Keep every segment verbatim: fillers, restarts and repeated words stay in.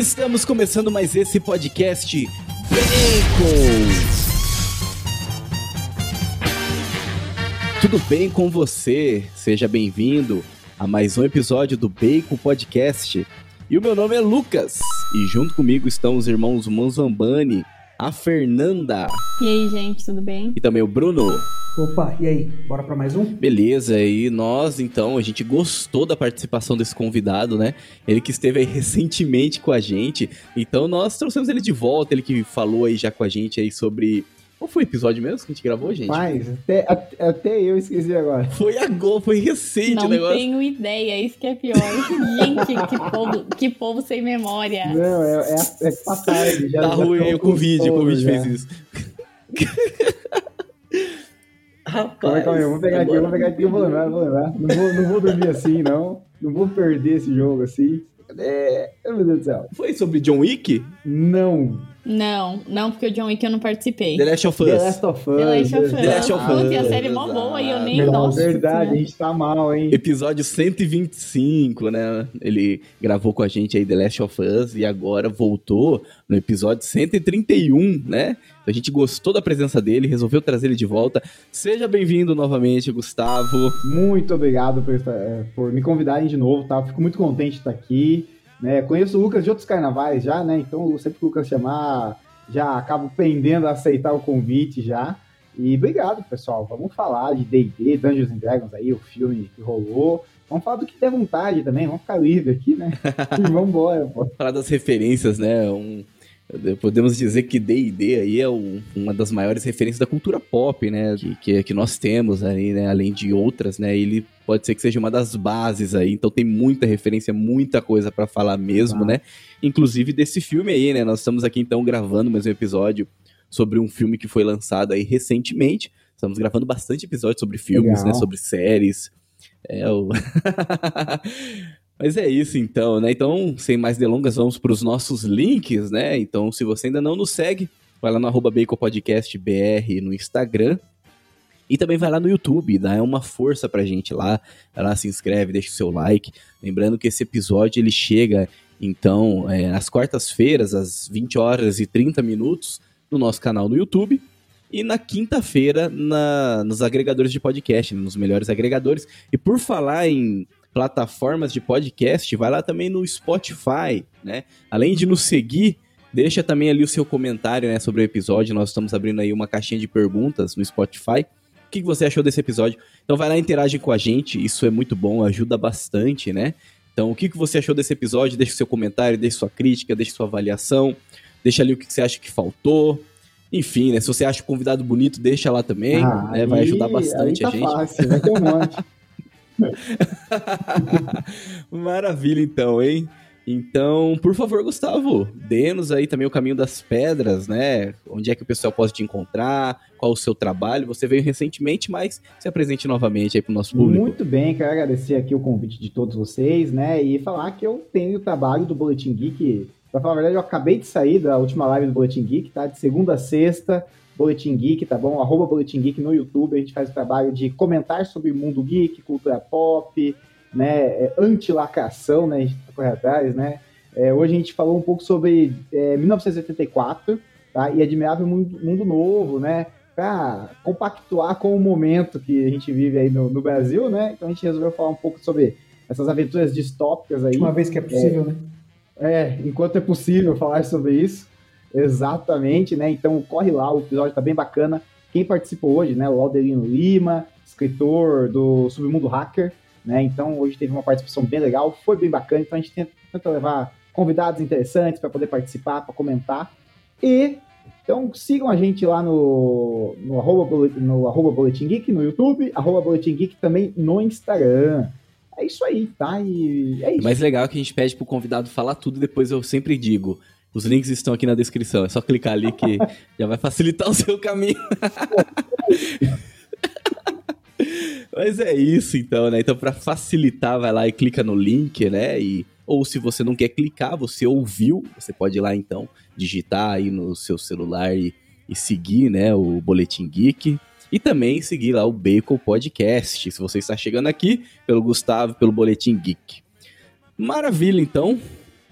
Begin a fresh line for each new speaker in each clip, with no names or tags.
Estamos começando mais esse podcast Bacon. Tudo bem com você? Seja bem-vindo a mais um episódio do Bacon Podcast. E o meu nome é Lucas. E junto comigo estão os irmãos Manzambani, a Fernanda.
E aí, gente, tudo bem?
E também o Bruno.
Opa, e aí? Bora pra mais um?
Beleza, e nós, então, a gente gostou da participação desse convidado, né? Ele que esteve aí recentemente com a gente, então nós trouxemos ele de volta, ele que falou aí já com a gente aí sobre... Qual foi o episódio mesmo que a gente gravou, gente?
Mas, até, até, até eu esqueci agora.
Foi agora, foi recente
Não
o negócio.
Não tenho ideia, isso que é pior. Gente, que povo, que povo sem memória.
Não, é, é, é passagem. Já,
tá
já
ruim aí o Covid, o Covid
já.
fez isso.
Rapaz, calma aí, calma aí, eu vou pegar aqui, eu vou pegar aqui, eu vou lembrar, eu vou lembrar. Não vou, não vou dormir assim, não. Não vou perder esse jogo assim. Cadê? Meu Deus do céu.
Foi sobre John Wick?
Não.
Não, não, porque o John Wick eu não participei.
The Last of Us.
The Last of Us.
The Last of Us.
The Last of Us.
Puta, a série é mó boa e eu nem...
Não,
Nossa,
verdade,
né?
a gente tá mal, hein?
Episódio cento e vinte e cinco, né? Ele gravou com a gente aí The Last of Us e agora voltou no episódio cento e trinta e um, né? A gente gostou da presença dele, resolveu trazer ele de volta. Seja bem-vindo novamente, Gustavo.
Muito obrigado por, por me convidarem de novo, tá? Fico muito contente de estar aqui. Né? Conheço o Lucas de outros carnavais já, né? Então, sempre que o Lucas chamar, já acabo pendendo a aceitar o convite já. E obrigado, pessoal. Vamos falar de D e D, Dungeons and Dragons aí, o filme que rolou. Vamos falar do que der vontade também, vamos ficar livre aqui, né? E vamos embora, pô.
Falar das referências, né? Um... Podemos dizer que D e D aí é um, uma das maiores referências da cultura pop, né, que, que, que nós temos aí, né, além de outras, né, ele pode ser que seja uma das bases aí, então tem muita referência, muita coisa pra falar mesmo, ah. né, inclusive desse filme aí, né, nós estamos aqui então gravando mais um episódio sobre um filme que foi lançado aí recentemente, estamos gravando bastante episódios sobre filmes, Legal. né, sobre séries, é o... Mas é isso então, né? Então, sem mais delongas, vamos para os nossos links, né? Então, se você ainda não nos segue, vai lá no arroba Bacon Podcast B R no Instagram. E também vai lá no YouTube, dá uma força pra gente lá. Vai lá, se inscreve, deixa o seu like. Lembrando que esse episódio, ele chega, então, é, às quartas-feiras, às vinte horas e trinta minutos, no nosso canal no YouTube. E na quinta-feira, na, nos agregadores de podcast, né? Nos melhores agregadores. E por falar em... plataformas de podcast, vai lá também no Spotify, né? Além de nos seguir, deixa também ali o seu comentário, né, sobre o episódio. Nós estamos abrindo aí uma caixinha de perguntas no Spotify. O que você achou desse episódio? Então vai lá e interage com a gente, isso é muito bom, ajuda bastante, né? Então o que você achou desse episódio? Deixa o seu comentário, deixa sua crítica, deixa sua avaliação, deixa ali o que você acha que faltou. Enfim, né? Se você acha o convidado bonito, deixa lá também,
ah,
né? Vai ajudar bastante
aí tá
a gente.
Fácil, vai ter um monte.
Maravilha então, hein? Então, por favor, Gustavo, dê-nos aí também o caminho das pedras, né? Onde é que o pessoal pode te encontrar? Qual o seu trabalho? Você veio recentemente, mas se apresente novamente aí pro nosso público.
Muito bem, quero agradecer aqui o convite de todos vocês, né? E falar que eu tenho o trabalho do Boletim Geek. Pra falar a verdade, eu acabei de sair da última live do Boletim Geek, tá? De segunda a sexta. Boletim Geek, tá bom? Arroba Boletim Geek no YouTube, a gente faz o trabalho de comentar sobre o mundo geek, cultura pop, né, anti-lacração, né, a gente tá correndo atrás, né? É, hoje a gente falou um pouco sobre é, mil novecentos e oitenta e quatro, tá? E Admirável Mundo, Mundo Novo, né? Pra compactuar com o momento que a gente vive aí no, no Brasil, né? Então a gente resolveu falar um pouco sobre essas aventuras distópicas aí.
Uma vez que é possível,
é,
né?
É, enquanto é possível falar sobre isso. Exatamente, né? Então corre lá, o episódio tá bem bacana. Quem participou hoje, né? O Alderino Lima, escritor do Submundo Hacker, né? Então hoje teve uma participação bem legal, foi bem bacana. Então a gente tenta, tenta levar convidados interessantes para poder participar, para comentar. E então sigam a gente lá no, no, arroba, no arroba Boletim Geek no YouTube, arroba Boletim Geek também no Instagram. É isso aí, tá? E é isso.
O mais legal é que a gente pede pro convidado falar tudo e depois eu sempre digo... Os links estão aqui na descrição, é só clicar ali que já vai facilitar o seu caminho. Mas é isso então, né? Então para facilitar, vai lá e clica no link, né? E, ou se você não quer clicar, você ouviu, você pode ir lá então, digitar aí no seu celular e, e seguir, né, o Boletim Geek. E também seguir lá o Bacon Podcast, se você está chegando aqui pelo Gustavo, pelo Boletim Geek. Maravilha então.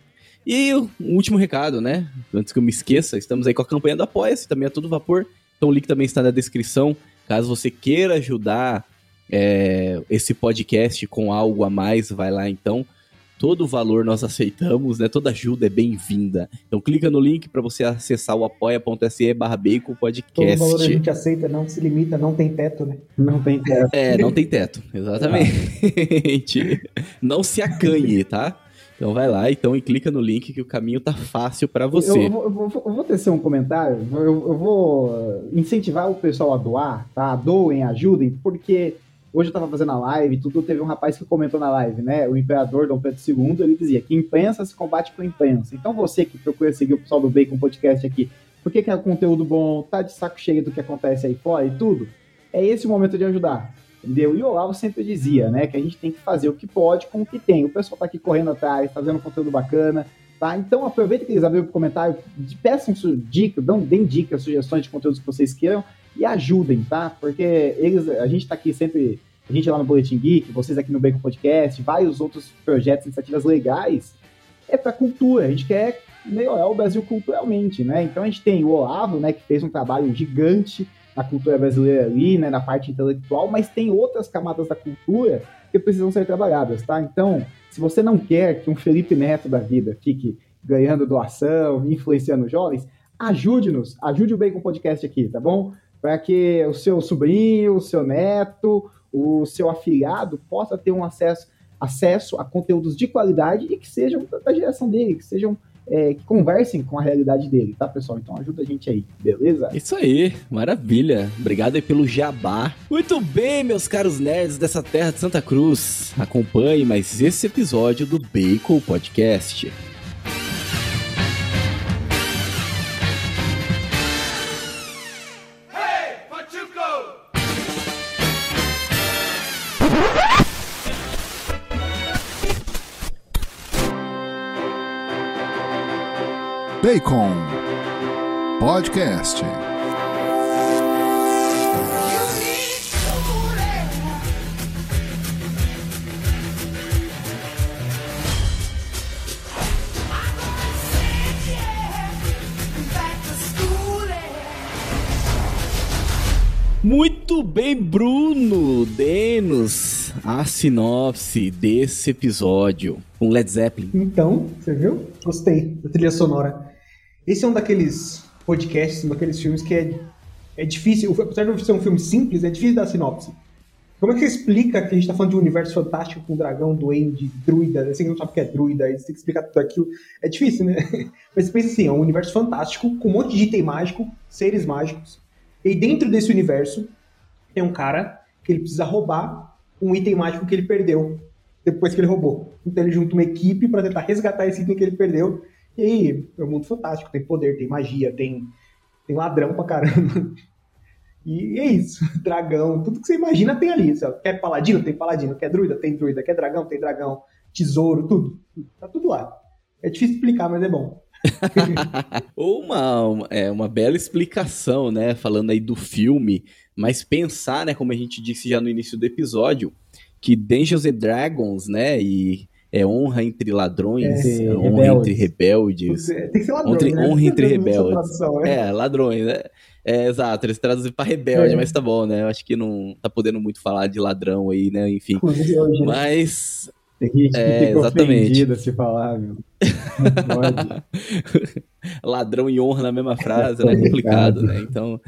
E um último recado, né? Antes que eu me esqueça, estamos aí com a campanha do Apoia-se, também a todo vapor. Então o link também está na descrição. Caso você queira ajudar é, esse podcast com algo a mais, vai lá então. Todo valor nós aceitamos, né? Toda ajuda é bem-vinda. Então clica no link para você acessar o apoia.se barra bacon podcast.
Todo valor a gente aceita, não se limita, não tem teto, né?
Não tem teto.
É, não tem teto, exatamente. Não se acanhe, tá? Então vai lá então, e clica no link que o caminho tá fácil para você.
Eu, eu, vou, eu, vou, eu vou tecer um comentário, eu, eu vou incentivar o pessoal a doar, tá? Doem, ajudem, porque hoje eu tava fazendo a live, tudo, teve um rapaz que comentou na live, né? O imperador Dom Pedro segundo, ele dizia que imprensa se combate com imprensa. Então você que procura seguir o pessoal do Bacon Podcast aqui, porque quer conteúdo bom, tá de saco cheio do que acontece aí fora e tudo, é esse o momento de ajudar. Entendeu? E o Olavo sempre dizia, né, que a gente tem que fazer o que pode com o que tem. O pessoal tá aqui correndo atrás, tá fazendo conteúdo bacana, tá? Então aproveita que eles abriram o comentário, peçam dicas, dão, deem dicas, sugestões de conteúdos que vocês queiram e ajudem, tá? Porque eles, a gente tá aqui sempre, a gente lá no Boletim Geek, vocês aqui no Bacon Podcast, vários outros projetos, iniciativas legais, é pra cultura, a gente quer melhorar o Brasil culturalmente, né? Então a gente tem o Olavo, né, que fez um trabalho gigante na cultura brasileira ali, né, na parte intelectual, mas tem outras camadas da cultura que precisam ser trabalhadas, tá? Então, se você não quer que um Felipe Neto da vida fique ganhando doação, influenciando jovens, ajude-nos, ajude o Bacon Podcast aqui, tá bom? Para que o seu sobrinho, o seu neto, o seu afilhado possa ter um acesso, acesso a conteúdos de qualidade e que sejam da geração dele, que sejam É, que conversem com a realidade dele, tá, pessoal? Então ajuda a gente aí, beleza?
Isso aí, maravilha. Obrigado aí pelo jabá. Muito bem, meus caros nerds dessa terra de Santa Cruz. Acompanhe mais esse episódio do Bacon Podcast.
Bacon Podcast.
Muito bem, Bruno, dê-nos a sinopse desse episódio com Led Zeppelin.
Então, você viu? Gostei da trilha sonora. Esse é um daqueles podcasts, um daqueles filmes que é, é difícil, apesar de ser um filme simples, é difícil dar sinopse. Como é que você explica que a gente tá falando de um universo fantástico com dragão, duende, druida, você não sabe o que é druida, aí você tem que explicar tudo aquilo. É difícil, né? Mas você pensa assim, é um universo fantástico, com um monte de item mágico, seres mágicos, e dentro desse universo tem um cara que ele precisa roubar um item mágico que ele perdeu depois que ele roubou. Então ele junta uma equipe para tentar resgatar esse item que ele perdeu. E aí, é um mundo fantástico, tem poder, tem magia, tem, tem ladrão pra caramba. E é isso, dragão, tudo que você imagina tem ali. Sabe? Quer paladino? Tem paladino. Quer druida? Tem druida. Quer dragão? Tem dragão. Tesouro, tudo. Tá tudo lá. É difícil explicar, mas é bom.
Ou uma, uma, é, uma bela explicação, né? Falando aí do filme, mas pensar, né, como a gente disse já no início do episódio, que Dungeons and Dragons, né, e é honra entre ladrões,
É,
honra
rebeldes.
entre rebeldes.
Tem que ser ladrão,
Honra,
né?
honra entre
Essa
rebeldes.
tradução, né?
É, ladrões, né? É, exato, eles traduzem pra rebelde,
É.
mas tá bom, né? Eu acho que não tá podendo muito falar de ladrão aí, né? Enfim.
Inclusive hoje, né?
Mas.
Tem gente que
É,
fica
exatamente.
ofendida se falar, meu. Não pode.
Ladrão e honra na mesma frase, né?
É
É complicado,
complicado.
né? Então.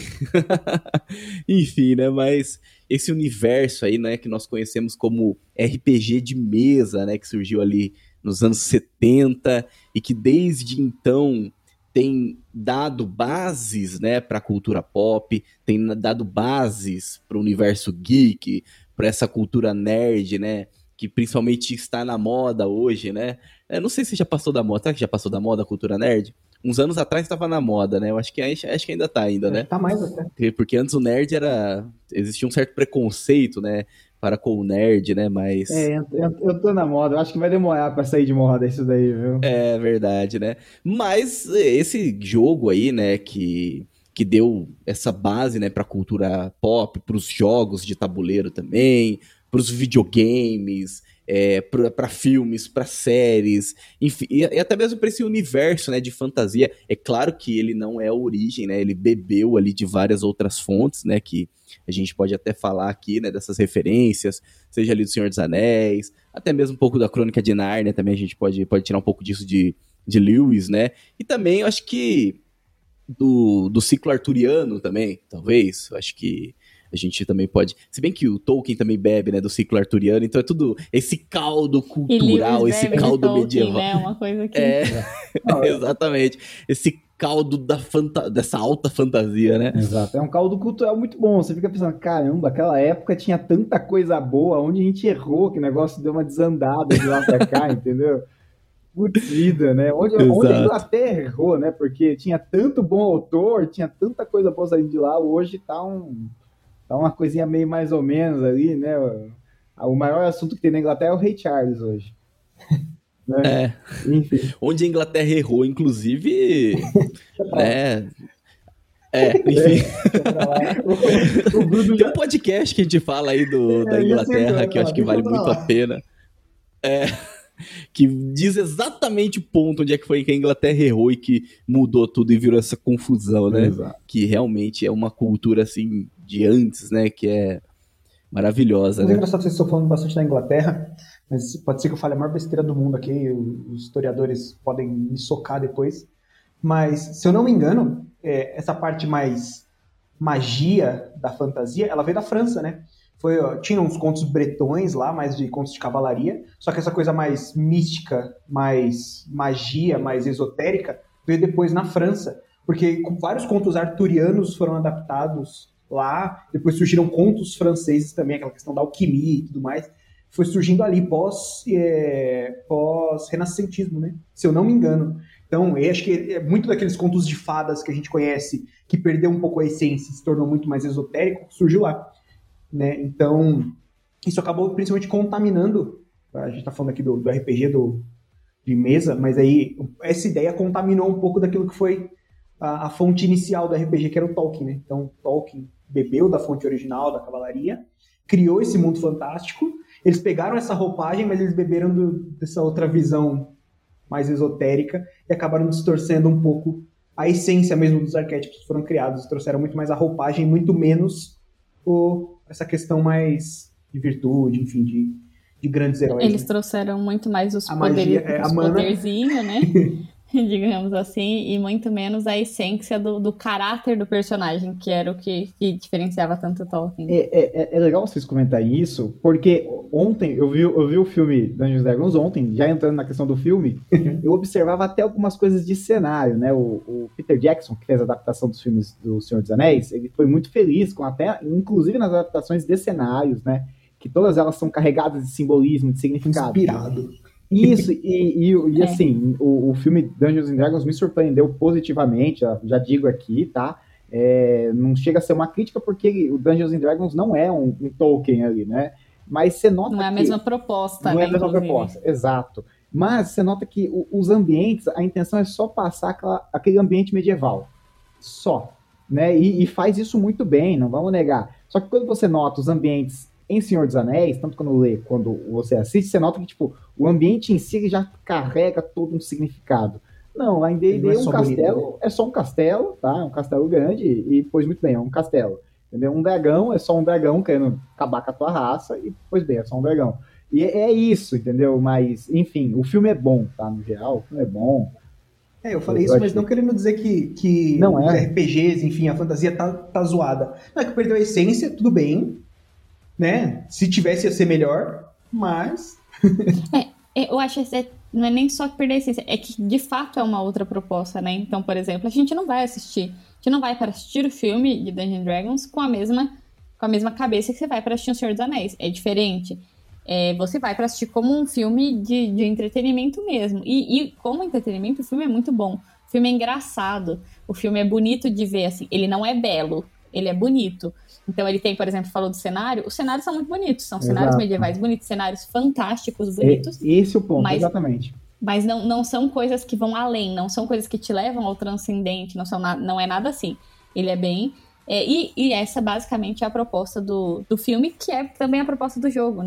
Enfim, né? Mas esse universo aí, né? Que nós conhecemos como R P G de mesa, né? Que surgiu ali nos anos setenta e que desde então tem dado bases, né? Para a cultura pop, tem dado bases para o universo geek, para essa cultura nerd, né? Que principalmente está na moda hoje, né? Eu não sei se já passou da moda. Será que já passou da moda a cultura nerd? Uns anos atrás estava na moda, né? Eu acho que, acho que ainda tá ainda, né?
Tá mais até.
Porque- Porque antes o nerd era... Existia um certo preconceito, né? Para com o nerd, né? Mas...
É, eu, eu- eu tô na moda, eu acho que vai demorar pra sair de moda isso daí, viu?
É verdade, né? Mas esse jogo aí, né, que, que deu essa base, né, pra cultura pop, pros jogos de tabuleiro também, pros videogames, é, para filmes, para séries, enfim, e, e até mesmo para esse universo, né, de fantasia. É claro que ele não é a origem, né, ele bebeu ali de várias outras fontes, né, que a gente pode até falar aqui, né, dessas referências, seja ali do Senhor dos Anéis, até mesmo um pouco da Crônica de Nárnia, também a gente pode, pode tirar um pouco disso de, de Lewis, né, e também eu acho que do, do ciclo arturiano também, talvez, eu acho que a gente também pode... Se bem que o Tolkien também bebe, né, do ciclo arturiano, então é tudo esse caldo cultural, esse caldo Tolkien, medieval.
Né, uma coisa que...
É, exatamente. Esse caldo da fanta... dessa alta fantasia, né?
Exato. É um caldo cultural muito bom. Você fica pensando, caramba, aquela época tinha tanta coisa boa, onde a gente errou, que o negócio deu uma desandada de lá pra cá, entendeu? Putz, vida, né? Onde, onde a Inglaterra errou, né? Porque tinha tanto bom autor, tinha tanta coisa boa saindo de lá, hoje tá um... Tá uma coisinha meio mais ou menos ali, né? O maior assunto que tem na Inglaterra é o Rei Charles hoje. Né?
É.
Enfim.
Onde a Inglaterra errou, inclusive... né? É, enfim. É. Tem um podcast que a gente fala aí do, da Inglaterra, que eu acho que vale muito a pena. É... que diz exatamente o ponto onde é que foi que a Inglaterra errou e que mudou tudo e virou essa confusão, né? Exato. Que realmente é uma cultura, assim, de antes, né? Que é maravilhosa,
mas
né?
É engraçado que vocês estão falando bastante da Inglaterra, mas pode ser que eu fale a maior besteira do mundo aqui, os historiadores podem me socar depois, mas, se eu não me engano, é, essa parte mais magia da fantasia, ela veio da França, né? Foi, ó, tinha uns contos bretões lá, mais de contos de cavalaria, só que essa coisa mais mística, mais magia, mais esotérica, veio depois na França, porque vários contos arturianos foram adaptados lá, depois surgiram contos franceses também, aquela questão da alquimia e tudo mais, foi surgindo ali pós, é, pós-renascentismo, né? Se eu não me engano. Então, eu acho que é muito daqueles contos de fadas que a gente conhece, que perdeu um pouco a essência e se tornou muito mais esotérico, surgiu lá. Né? Então, isso acabou principalmente contaminando, a gente está falando aqui do, do R P G do, de mesa, mas aí essa ideia contaminou um pouco daquilo que foi a, a fonte inicial do R P G, que era o Tolkien, né? Então, Tolkien bebeu da fonte original da cavalaria, criou esse mundo fantástico, eles pegaram essa roupagem, mas eles beberam do, dessa outra visão mais esotérica e acabaram distorcendo um pouco a essência mesmo dos arquétipos que foram criados, trouxeram muito mais a roupagem, muito menos o essa questão mais de virtude, enfim, de, de grandes heróis.
Eles
né?
trouxeram muito mais os,
a
poderes,
magia, é,
os
a mana...
poderzinhos, né? Digamos assim, e muito menos a essência do, do caráter do personagem, que era o que, que diferenciava tanto o Tolkien.
É, é, é legal vocês comentarem isso, porque ontem eu vi, eu vi o filme Dungeons and Dragons ontem, já entrando na questão do filme, eu observava até algumas coisas de cenário, né? O, o Peter Jackson, que fez a adaptação dos filmes do Senhor dos Anéis, ele foi muito feliz com até, inclusive nas adaptações de cenários, né? Que todas elas são carregadas de simbolismo, de significado.
Inspirado.
Isso, e, e, e é. assim, o, o filme Dungeons and Dragons me surpreendeu positivamente, já, já digo aqui, tá? É, não chega a ser uma crítica porque o Dungeons and Dragons não é um, um Tolkien ali, né? Mas você nota
Não é a
que
mesma proposta,
não
né?
é a mesma
inclusive.
proposta, exato. Mas você nota que o, os ambientes, a intenção é só passar aquela, aquele ambiente medieval. Só. Né? E, e faz isso muito bem, não vamos negar. Só que quando você nota os ambientes em Senhor dos Anéis, tanto quando lê, quando você assiste, você nota que tipo, o ambiente em si já carrega todo um significado. Não, lá em D e D é um castelo, bonito, né? É só um castelo, tá? É um castelo grande e, pois muito bem, é um castelo. Entendeu? Um dragão é só um dragão querendo acabar com a tua raça e, pois bem, é só um dragão. E é, é isso, entendeu? Mas, enfim, o filme é bom, tá? No geral, o filme é bom.
É, eu falei eu isso, mas não querendo dizer que, que
não
os
é.
R P Gs, enfim, a fantasia tá, tá zoada. Não é que perdeu a essência, tudo bem, né? Se tivesse ia ser melhor, mas...
é, eu acho que não é nem só perder a essência, é que de fato é uma outra proposta, né? Então, por exemplo, a gente não vai assistir, a gente não vai para assistir o filme de Dungeons and Dragons com a mesma, com a mesma cabeça que você vai para assistir O Senhor dos Anéis. É diferente. É, você vai para assistir como um filme de, de entretenimento mesmo. E, e como entretenimento, o filme é muito bom. O filme é engraçado. O filme é bonito de ver, assim. Ele não é belo, ele é bonito. Então ele tem, por exemplo, falou do cenário. Os cenários são muito bonitos. São
Exato.
Cenários medievais bonitos, cenários fantásticos, bonitos.
É, esse é o ponto,
mas,
exatamente.
Mas não, não são coisas que vão além. Não são coisas que te levam ao transcendente. Não, são na, não é nada assim. Ele é bem... É, e, e essa basicamente é a proposta do, do filme, que é também a proposta do jogo, né?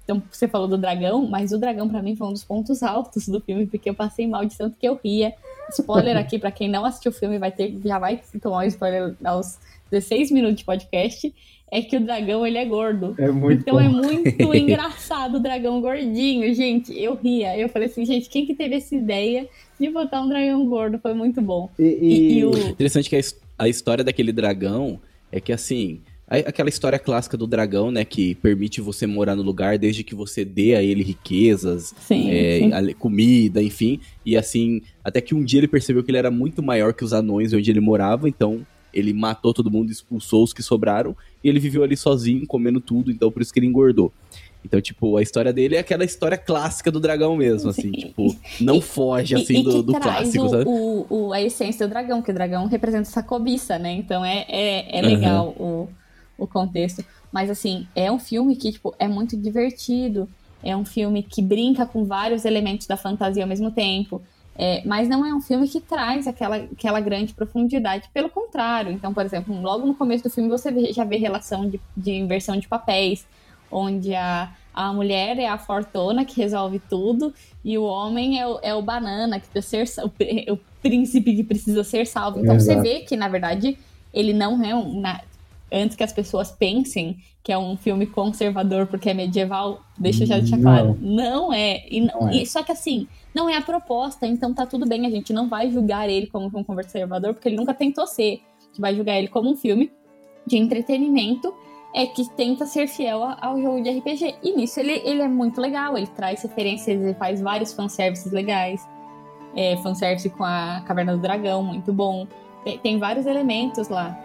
Então, você falou do dragão, mas o dragão pra mim foi um dos pontos altos do filme, porque eu passei mal de tanto que eu ria. Spoiler aqui, pra quem não assistiu o filme, vai ter, já vai tomar um spoiler aos dezesseis minutos de podcast, é que o dragão, ele é gordo.
É muito
então
bom.
É muito engraçado o dragão gordinho, gente. Eu ria. Eu falei assim, gente, quem que teve essa ideia de botar um dragão gordo? Foi muito bom.
E, e...
E, e o...
Interessante que a, a história daquele dragão é que, assim, a, aquela história clássica do dragão, né, que permite você morar no lugar desde que você dê a ele riquezas,
Sim,
é,
sim.
a- comida, enfim. E, assim, até que um dia ele percebeu que ele era muito maior que os anões onde ele morava, então ele matou todo mundo, expulsou os que sobraram, e ele viveu ali sozinho, comendo tudo, então por isso que ele engordou. Então, tipo, a história dele é aquela história clássica do dragão mesmo, assim, tipo, não foge, assim,
e, e
do,
que
do
traz
clássico,
o,
sabe?
o, o, a essência do dragão, que o dragão representa essa cobiça, né? Então é, é, é legal o, o contexto. Mas, assim, é um filme que, tipo, é muito divertido. É um filme que brinca com vários elementos da fantasia ao mesmo tempo. É, mas não é um filme que traz aquela, aquela grande profundidade. Pelo contrário. Então, por exemplo, logo no começo do filme você vê- já vê relação de, de inversão de papéis, onde a, a mulher é a fortuna que resolve tudo e o homem é o, é o banana, que precisa ser, o, pr- o príncipe que precisa ser salvo. Então
Exato.
você vê que, na verdade, ele não é um... Na, antes que as pessoas pensem que é um filme conservador porque é medieval, deixa eu já deixar
Não.
claro. Não é. E, não-
Não é.
e- só que assim, não é a proposta, então tá tudo bem, a gente não vai julgar ele como um conservador, porque ele nunca tentou ser. A gente vai julgar ele como um filme de entretenimento é que tenta ser fiel a- ao jogo de R P G. E nisso ele, ele é muito legal, ele traz referências, ele faz vários fanservices legais. É, fanservice com a Caverna do Dragão, muito bom. Tem, tem vários elementos lá.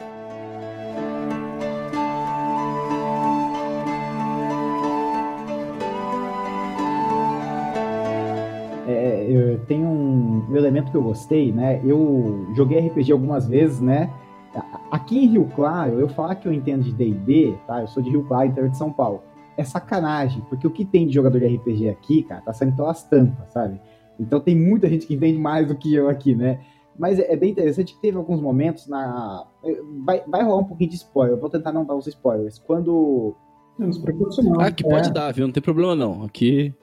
É, eu tenho um, um elemento que eu gostei, né? Eu joguei R P G algumas vezes, né? A- Aqui em Rio Claro, eu falar que eu entendo de D e D, tá? Eu sou de Rio Claro, interior de São Paulo. É sacanagem, porque o que tem de jogador de R P G aqui, cara, tá saindo pelas tampas, sabe? Então tem muita gente que entende mais do que eu aqui, né? Mas é é bem interessante que teve alguns momentos na... Vai, vai rolar um pouquinho de spoiler, eu vou tentar não dar os spoilers. Quando...
Não se preocupe com isso não.
Ah, que pode
É.
dar, viu? Não tem problema não. Aqui.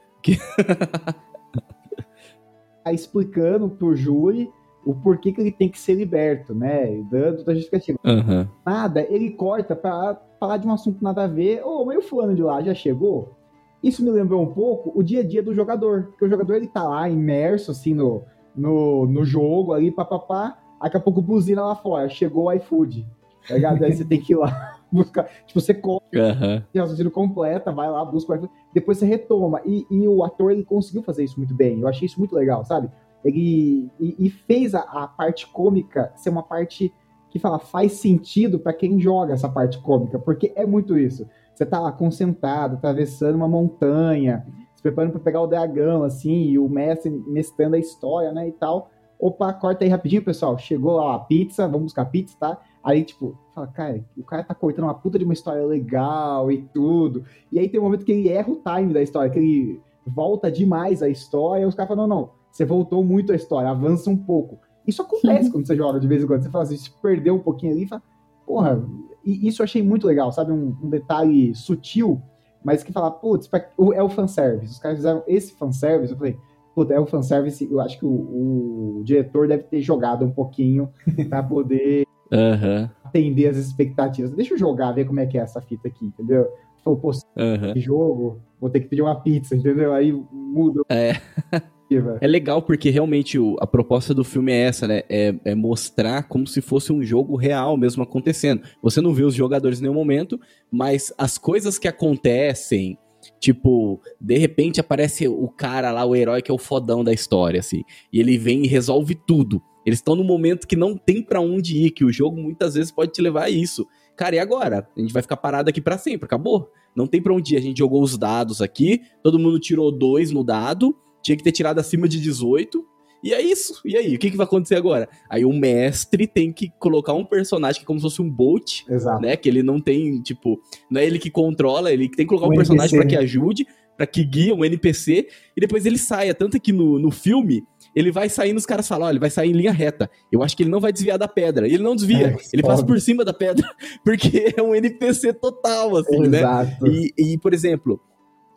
Tá explicando pro júri o porquê que ele tem que ser liberto, né? E dando a justificativa.
Aham.
Nada, ele corta pra falar de um assunto nada a ver. Ô, mas o fulano de lá já chegou? Isso me lembrou um pouco o dia a dia do jogador. Porque o jogador, ele tá lá, imerso, assim, no, no, no jogo, ali, papapá. Daqui a pouco buzina lá fora. Chegou o iFood. Tá ligado? Aí você tem que ir lá buscar. Tipo, você compra
Aham.
o raciocínio completa, vai lá, busca o iFood. Depois você retoma. E, e o ator, ele conseguiu fazer isso muito bem. Eu achei isso muito legal, sabe? Ele e, e fez a, a parte cômica ser uma parte que fala, faz sentido pra quem joga essa parte cômica, porque é muito isso. Você tá lá concentrado, atravessando uma montanha, se preparando pra pegar o dragão, assim, e o mestre mestrando a história, né, e tal. Opa, corta aí rapidinho, pessoal. Chegou lá a pizza, vamos buscar pizza, tá? Aí, tipo, fala, cara, o cara tá cortando uma puta de uma história legal e tudo. E aí tem um momento que ele erra o time da história, que ele volta demais a história, e os caras falam, não, não, você voltou muito a história, avança um pouco. Isso acontece quando você joga de vez em quando. Você fala assim, se perdeu um pouquinho ali, fala, porra, e isso eu achei muito legal, sabe? Um, um detalhe sutil, mas que fala, putz, pra- o- é o fanservice. Os caras fizeram esse fanservice, eu falei, putz, é o fanservice, eu acho que o, o diretor deve ter jogado um pouquinho pra poder
Aham.
atender as expectativas. Deixa eu jogar, ver como é que é essa fita aqui, entendeu? Falou, pô,
Aham.
que jogo, vou ter que pedir uma pizza, entendeu? Aí muda a
É.
expectativa.
É legal porque realmente o- a proposta do filme é essa, né? É, é mostrar como se fosse um jogo real mesmo acontecendo. Você não vê os jogadores em nenhum momento, mas as coisas que acontecem, tipo, de repente aparece o cara lá, o herói que é o fodão da história, assim, e ele vem e resolve tudo. Eles estão num momento que não tem pra onde ir, que o jogo muitas vezes pode te levar a isso. Cara, e agora? A gente vai ficar parado aqui pra sempre, acabou. Não tem pra onde ir. A gente jogou os dados aqui, todo mundo tirou dois no dado, tinha que ter tirado acima de dezoito, e é isso. E aí, o que, que vai acontecer agora? Aí o mestre tem que colocar um personagem que é como se fosse um bot,
Exato.
né? Que ele não tem, tipo, não é ele que controla, ele tem que colocar um,
Um
personagem
N P C,
pra que
né?
ajude, pra que guie um N P C, e depois ele saia. Tanto que no, no filme, ele vai saindo, os caras falam, ó, ele vai sair em linha reta. Eu acho que ele não vai desviar da pedra. E ele não desvia,
É,
ele passa
foda.
por cima da pedra, porque é um N P C total, assim, né?
Exato.
E, e, por exemplo,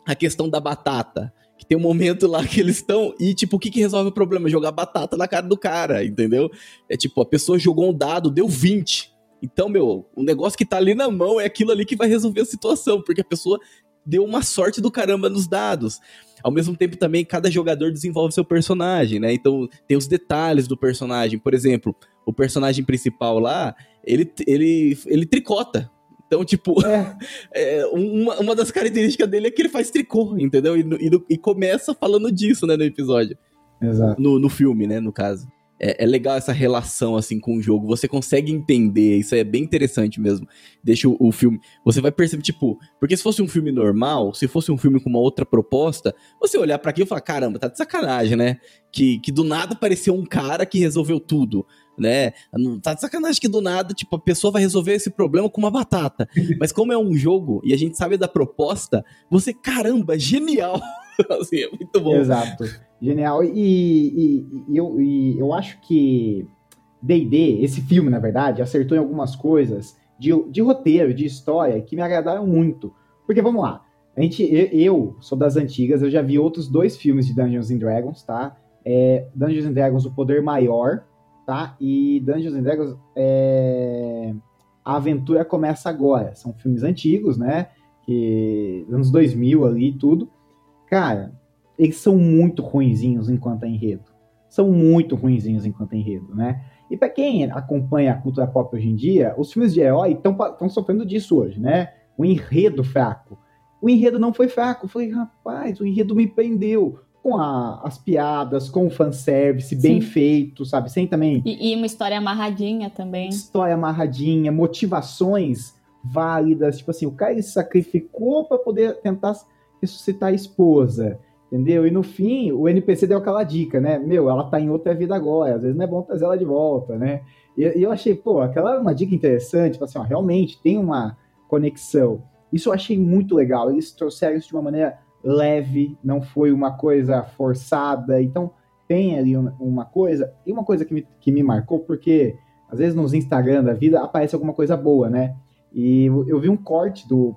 a questão da batata. Que tem um momento lá que eles estão e, tipo, o que que resolve o problema? Jogar batata na cara do cara, entendeu? É tipo, a pessoa jogou um dado, deu vinte. Então, meu, o negócio que tá ali na mão é aquilo ali que vai resolver a situação, porque a pessoa deu uma sorte do caramba nos dados. Ao mesmo tempo também, cada jogador desenvolve seu personagem, né? Então, tem os detalhes do personagem. Por exemplo, o personagem principal lá, ele, ele, ele tricota. Então, tipo, é. É, uma, uma das características dele é que ele faz tricô, entendeu? E, e, e começa falando disso, né, no episódio.
Exato.
No, no filme, né, no caso. É, é legal essa relação, assim, com o jogo. Você consegue entender, isso é bem interessante mesmo. Deixa o, o filme... Você vai perceber, tipo... Porque se fosse um filme normal, se fosse um filme com uma outra proposta, você olhar pra aquilo e falar, caramba, tá de sacanagem, né? Que, que do nada apareceu um cara que resolveu tudo, né? Não, tá de sacanagem que do nada, tipo, a pessoa vai resolver esse problema com uma batata. Mas como é um jogo e a gente sabe da proposta, você, caramba, genial! Assim, é muito bom.
Exato. Genial. E, e, e, eu, e eu acho que D e D, esse filme, na verdade, acertou em algumas coisas de, de roteiro, de história, que me agradaram muito. Porque, vamos lá, a gente, eu, eu sou das antigas, eu já vi outros dois filmes de Dungeons and Dragons, tá? É, Dungeons and Dragons, O Poder Maior, tá? E Dungeons and Dragons, é, A Aventura Começa Agora. São filmes antigos, né? Que, anos dois mil ali e tudo. Cara, eles são muito ruinzinhos enquanto enredo. São muito ruinzinhos enquanto enredo, né? E pra quem acompanha a cultura pop hoje em dia, os filmes de herói estão sofrendo disso hoje, né? O enredo fraco. O enredo não foi fraco. Eu falei, rapaz, o enredo me prendeu. Com a, as piadas, com o fanservice bem Sim. feito, sabe? Sem também...
E, e uma história amarradinha também.
História amarradinha, motivações válidas. Tipo assim, o cara ele se sacrificou pra poder tentar ressuscitar a esposa, entendeu? E no fim, o N P C deu aquela dica, né? Meu, ela tá em outra vida agora, às vezes não é bom trazer ela de volta, né? E, e eu achei, pô, aquela é uma dica interessante, tipo assim, ó, realmente tem uma conexão. Isso eu achei muito legal, eles trouxeram isso de uma maneira leve, não foi uma coisa forçada, então tem ali uma, uma coisa, e uma coisa que me, que me marcou, porque às vezes nos Instagram da vida aparece alguma coisa boa, né? E eu vi um corte do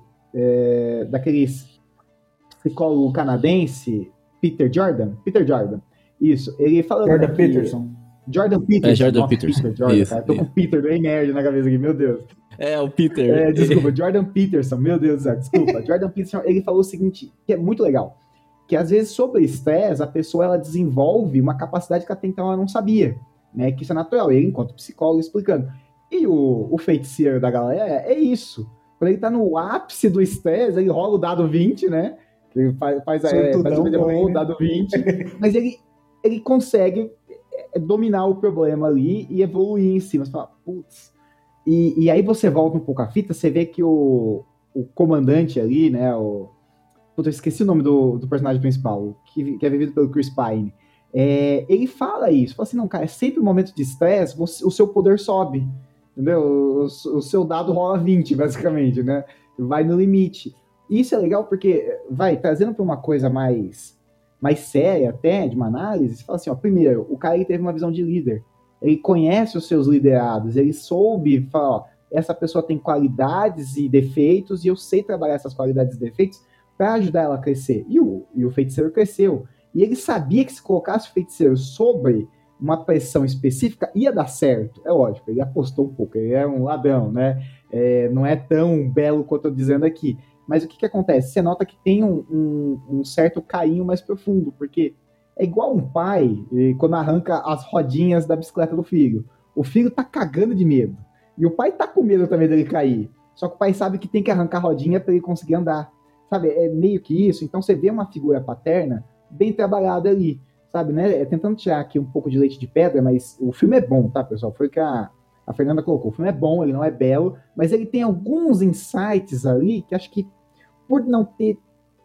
é, daqueles psicólogo canadense, Peter Jordan, Peter Jordan, isso, ele falando
Jordan
que,
Peterson.
Jordan Peterson.
É, Jordan
Nossa,
Peterson.
Peter Jordan,
Isso,
cara. Tô
isso.
com Peter do nerd na cabeça aqui, meu Deus.
É, o Peter.
É, desculpa, Jordan Peterson, meu Deus do céu, desculpa. Jordan Peterson, ele falou o seguinte, que é muito legal, que às vezes sobre estresse, a pessoa ela desenvolve uma capacidade que até então ela não sabia, né, que isso é natural, ele enquanto psicólogo explicando. E o, o feiticeiro da galera é isso, quando ele tá no ápice do estresse, ele rola o dado vinte, né, ele faz, faz é, basicamente rola o dado vinte, mas ele, ele consegue dominar o problema ali e evoluir em cima, você fala, putz. E, e aí você volta um pouco a fita, você vê que o, o comandante ali, né, o... Puta, eu esqueci o nome do, do personagem principal, que, que é vivido pelo Chris Pine. É, ele fala isso, fala assim, não, cara, é sempre um momento de estresse, o seu poder sobe, entendeu? O, o seu dado rola vinte, basicamente, né? Vai no limite. E isso é legal porque, vai, trazendo para uma coisa mais, mais séria até, de uma análise, você fala assim, ó, primeiro, o cara ele teve uma visão de líder. Ele conhece os seus liderados, ele soube falar, ó, essa pessoa tem qualidades e defeitos e eu sei trabalhar essas qualidades e defeitos para ajudar ela a crescer. E o, e o feiticeiro cresceu. E ele sabia que se colocasse o feiticeiro sobre uma pressão específica, ia dar certo. É lógico, ele apostou um pouco, ele é um ladrão, né? É, não é tão belo quanto eu tô dizendo aqui. Mas o que que acontece? Você nota que tem um, um, um certo carinho mais profundo, porque é igual um pai quando arranca as rodinhas da bicicleta do filho. O filho tá cagando de medo. E o pai tá com medo também dele cair. Só que o pai sabe que tem que arrancar a rodinha para ele conseguir andar. Sabe? É meio que isso. Então você vê uma figura paterna bem trabalhada ali. Sabe, né? É tentando tirar aqui um pouco de leite de pedra, mas o filme é bom, tá, pessoal? Foi o que a, a Fernanda colocou. O filme é bom, ele não é belo, mas ele tem alguns insights ali que acho que por não ter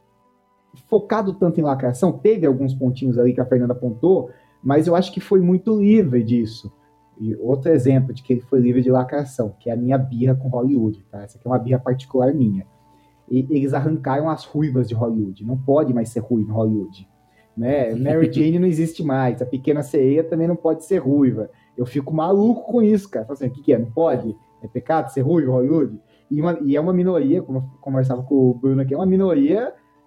focado tanto em lacração, teve alguns pontinhos ali que a Fernanda apontou, mas eu acho que foi muito livre disso. E outro exemplo de que ele foi livre de lacração, que é a minha birra com Hollywood, tá? Essa aqui é uma birra particular minha. E eles arrancaram as ruivas de Hollywood. Não pode mais ser ruiva em Hollywood, né? Mary Jane não existe mais. A Pequena Sereia também não pode ser ruiva. Eu fico maluco com isso, cara. Falo assim, o que que é? Não pode? É pecado ser ruiva em Hollywood? E, uma, e é uma minoria, como eu conversava com o Bruno aqui, é uma minoria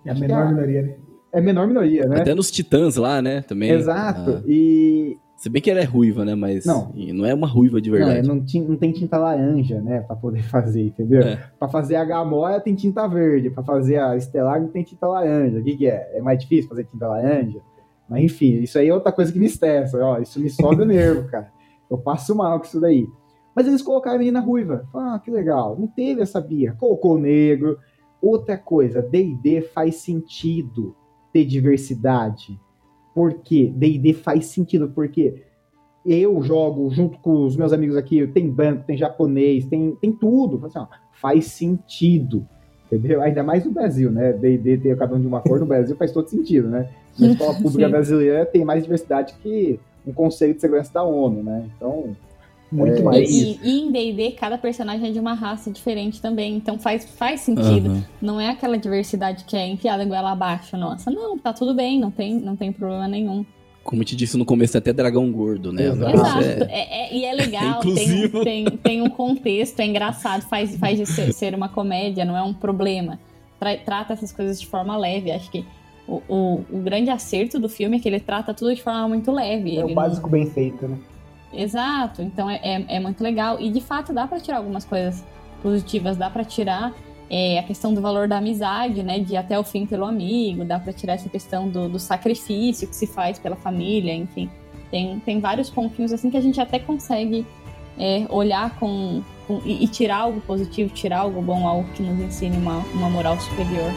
É a menor minoria, né?
É a menor minoria, né?
Até nos Titãs lá, né? Também.
Exato.
Ah,
E...
se bem que ela é ruiva, né? Mas
Não.
e não é uma ruiva de
Não,
verdade.
é, não, tin- não tem tinta laranja, né? Pra poder fazer, entendeu?
É.
Pra fazer a Gamora tem tinta verde. Pra fazer a Estelar não tem tinta laranja. O que que é? É mais difícil fazer tinta laranja? Mas enfim, isso aí é outra coisa que me estressa. Ó, isso me sobe o nervo, cara. Eu passo mal com isso daí. Mas eles colocaram a menina ruiva. Ah, que legal. Não teve essa birra. Colocou o negro. Outra coisa, D e D faz sentido ter diversidade. Por quê? D e D faz sentido, porque eu jogo junto com os meus amigos aqui, tem branco, tem japonês, tem, tem tudo. Assim, ó, faz sentido, entendeu? Ainda mais no Brasil, né? D e D ter cada um de uma cor no Brasil faz todo sentido, né? Na escola pública
Sim.
brasileira tem mais diversidade que um Conselho de Segurança da ONU, né? Então,
Muito
É,
mais.
E, e em D e D, cada personagem é de uma raça diferente também, então faz, faz sentido.
Aham.
Não é aquela diversidade que é enfiada goela abaixo, nossa. Não, tá tudo bem, não tem, não tem problema nenhum.
Como eu te disse no começo, até dragão gordo, né? O
Exato.
negócio
Exato.
é-
É- é- e é legal, tem,
inclusivo.
tem, tem um contexto, é engraçado, faz, faz de ser, ser uma comédia, não é um problema. Tra- trata essas coisas de forma leve. Acho que o, o, o grande acerto do filme é que ele trata tudo de forma muito leve.
É
Ele
o
não-
básico bem feito, né?
Exato, então é, é, é muito legal. E de fato dá pra tirar algumas coisas positivas, dá pra tirar é, a questão do valor da amizade, né? De ir até o fim pelo amigo, dá pra tirar essa questão do, do sacrifício que se faz pela família, enfim. Tem, tem vários pontinhos assim que a gente até consegue é, olhar com, com e, e tirar algo positivo, tirar algo bom, algo que nos ensine uma, uma moral superior.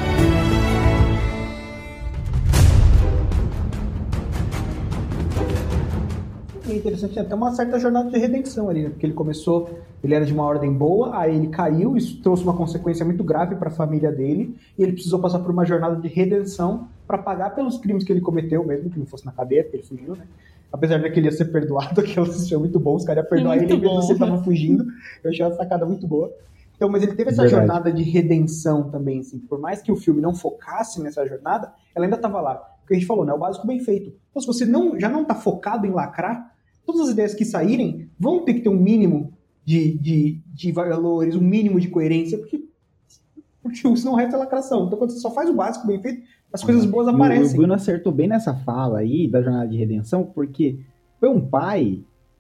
E é interessante, tem até uma certa jornada de redenção ali, né? Porque ele começou, ele era de uma ordem boa, aí ele caiu, isso trouxe uma consequência muito grave para a família dele, e ele precisou passar por uma jornada de redenção para pagar pelos crimes que ele cometeu, mesmo que não fosse na cadeia, porque ele fugiu, né? Apesar de que ele ia ser perdoado, que eu achei muito bom, os caras iam perdoar
Muito
ele mesmo
bom.
se ele tava fugindo, eu achei uma sacada muito boa. Então, mas ele teve essa
Verdade.
jornada de redenção também, assim, por mais que o filme não focasse nessa jornada, ela ainda estava lá. O que a gente falou, né? O básico bem feito. Então, se você não, já não tá focado em lacrar, todas as ideias que saírem vão ter que ter um mínimo de, de, de valores, um mínimo de coerência, porque, porque senão o resto é lacração. Então, quando você só faz o básico bem feito, as coisas boas
E o- O
aparecem.
Bruno acertou bem nessa fala aí da jornada de redenção, porque para um pai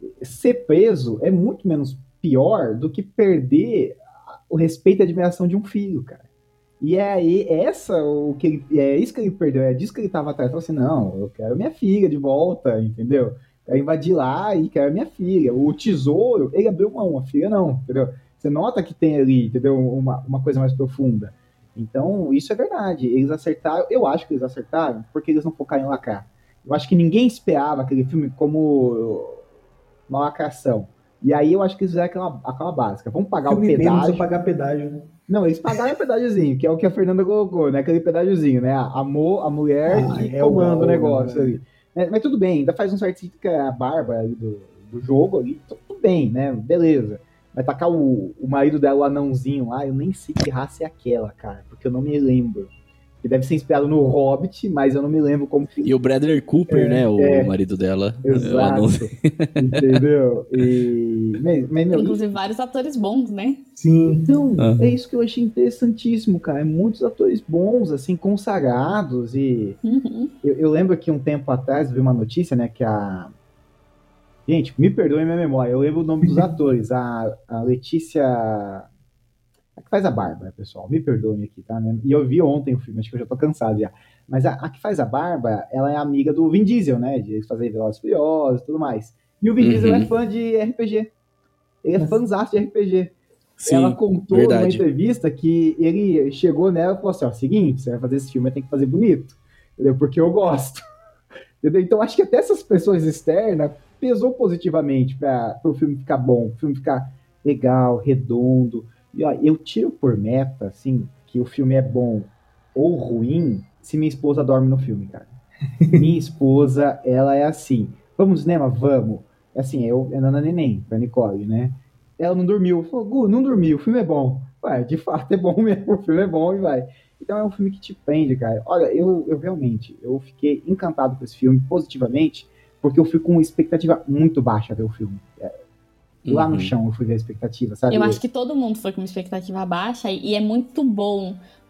ser preso é muito menos pior do que perder o respeito e a admiração de um filho, cara. E é aí, essa o que ele, é isso que ele perdeu, é disso que ele tava atrás. Ele falou assim, não, eu quero minha filha de volta, entendeu? Quero invadir lá e quero minha filha. O tesouro, ele abriu mão, a filha não, entendeu? Você nota que tem ali, entendeu? Uma, uma coisa mais profunda. Então, isso é verdade. Eles acertaram, eu acho que eles acertaram, porque eles não focaram em lacrar. Eu acho que ninguém esperava aquele filme como uma lacração. E aí eu acho que eles fizeram aquela, aquela básica. Vamos pagar o
Filme mesmo
pedágio.
precisa pagar pedágio, né?
Não, eles pagaram o pedágiozinho, que é o que a Fernanda colocou, né? Aquele pedágiozinho, né? A, mo- a mulher
Ah,
que
é
comanda
o-
o negócio
né?
ali. É, mas tudo bem, ainda faz um certo sentido que a Bárbara ali do, do jogo ali, tudo bem, né? Beleza. Vai tacar o, o marido dela, o anãozinho lá, eu nem sei que raça é aquela, cara, porque eu não me lembro. Que deve ser inspirado no Hobbit, mas eu não me lembro como que.
E o Bradley Cooper, né? O
é.
marido dela. Eu
Exato.
não sei.
Entendeu? E. Mas, mas, meu,
Inclusive vários atores bons, né?
Sim.
Então,
Aham.
é isso que eu achei interessantíssimo, cara. Muitos atores bons, assim, consagrados. E
Uhum.
eu, eu lembro que um tempo atrás eu vi uma notícia, né, que a. Gente, me perdoem minha memória, eu lembro o nome dos atores. A, a Letícia. A que faz a Bárbara, pessoal, me perdoem aqui, tá? E eu vi ontem o filme, acho que eu já tô cansado já. Mas a, a que faz a Bárbara, ela é amiga do Vin Diesel, né? De fazer Velozes e Furiosos e tudo mais. E o Vin
Uhum.
Diesel é fã de R P G. Ele é fãzaço de R P G.
Sim,
Ela contou numa
verdade.
entrevista que ele chegou nela e falou assim, ó, seguinte, você vai fazer esse filme, tem que fazer bonito, entendeu? Porque eu gosto. Entendeu? Então acho que até essas pessoas externas pesou positivamente para o filme ficar bom, o filme ficar legal, redondo. E ó, eu tiro por meta, assim, que o filme é bom ou ruim se minha esposa dorme no filme, cara. Minha esposa, ela é assim, vamos no cinema? Vamos. Assim, eu, é Nana Neném, pra Nicole, né? Ela não dormiu. Falou, Gu, não dormiu, o filme é bom. Ué, de fato é bom mesmo, o filme é bom e vai. Então é um filme que te prende, cara. Olha, eu, eu realmente, eu fiquei encantado com esse filme, positivamente, porque eu fui com uma expectativa muito baixa a ver o filme. É, lá no
Uhum.
chão eu fui ver a expectativa, sabe?
Eu acho que todo mundo foi com uma expectativa baixa e e é muito bom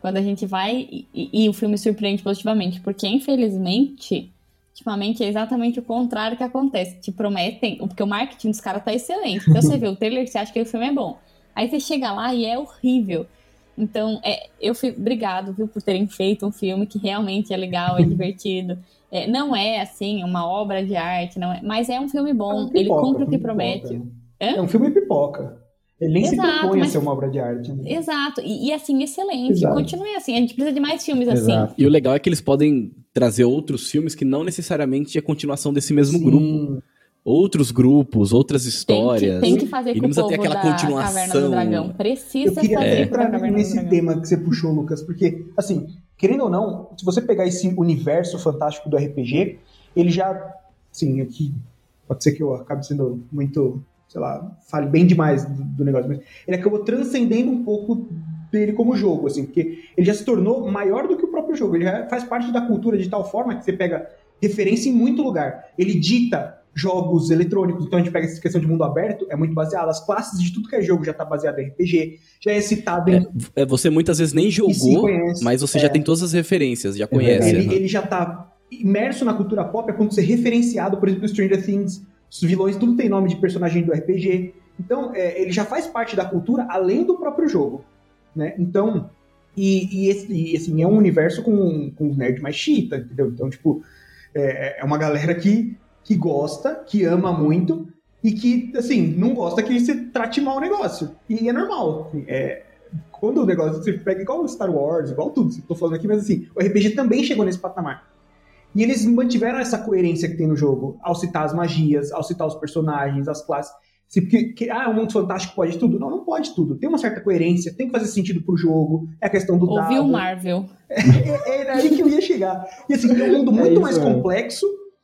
Quando a gente vai e, e, e o filme surpreende positivamente. Porque, infelizmente, ultimamente é exatamente o contrário que acontece. Te prometem, porque o marketing dos caras tá excelente. Então você vê o trailer e você acha que o filme é bom. Aí você chega lá e é horrível. Então, é, eu fico... Obrigado, viu, por terem feito um filme que realmente é legal, é divertido. É, não é, assim, uma obra de arte, não é, mas é um filme bom. É um pipoca, ele cumpre o que promete.
É um filme pipoca. Ele nem Exato, se propõe mas... a ser uma obra de arte. Né?
Exato. E, e assim, excelente. Exato. Continue assim. A gente precisa de mais filmes
Exato.
assim.
E o legal é que eles podem trazer outros filmes que não necessariamente é continuação desse mesmo Sim. grupo. Outros grupos, outras histórias.
Tem que, tem que fazer com o povo
aquela
da
continuação.
Caverna do Dragão. Precisa
Eu queria
fazer
é.
pra Caverna
nesse
do Dragão.
tema que você puxou, Lucas, porque, assim, querendo ou não, se você pegar esse universo fantástico do R P G, ele já, assim, aqui, pode ser que eu acabe sendo muito, sei lá, fale bem demais do, do negócio, mas ele acabou transcendendo um pouco dele como jogo, assim, porque ele já se tornou maior do que o próprio jogo, ele já faz parte da cultura de tal forma que você pega referência em muito lugar, ele dita jogos eletrônicos, então a gente pega essa questão de mundo aberto, é muito baseado, as classes de tudo que é jogo já tá baseado em R P G, já é citado em...
É, você muitas vezes nem jogou, mas você é. já tem todas as referências, já conhece.
Ele, ele já tá imerso na cultura pop, é quando você é referenciado, por exemplo, Stranger Things, os vilões, tudo tem nome de personagem do R P G, então é, ele já faz parte da cultura, além do próprio jogo, né, então, e, e, esse, e assim, é um universo com, com os nerds mais chita, entendeu, então, tipo, é, é uma galera que que gosta, que ama muito e que, assim, não gosta que você trate mal o negócio. E é normal. É, quando o negócio, você pega igual Star Wars, igual tudo, estou falando aqui, mas assim, o R P G também chegou nesse patamar. E eles mantiveram essa coerência que tem no jogo, ao citar as magias, ao citar os personagens, as classes. Porque, que, ah, o mundo fantástico pode tudo? Não, não pode tudo. Tem uma certa coerência, tem que fazer sentido pro jogo, é a questão do dado.
Ouviu Marvel.
É, é, era aí que eu ia chegar. E assim, é um mundo muito é isso, mais é. complexo.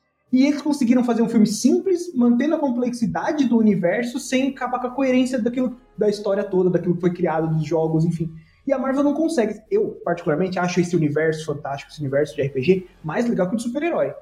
E eles conseguiram fazer um filme simples, mantendo a complexidade do universo, sem acabar com a coerência daquilo, da história toda, daquilo que foi criado, dos jogos, enfim. E a Marvel não consegue. Eu, particularmente, acho esse universo fantástico, esse universo de R P G, mais legal que o de super-herói.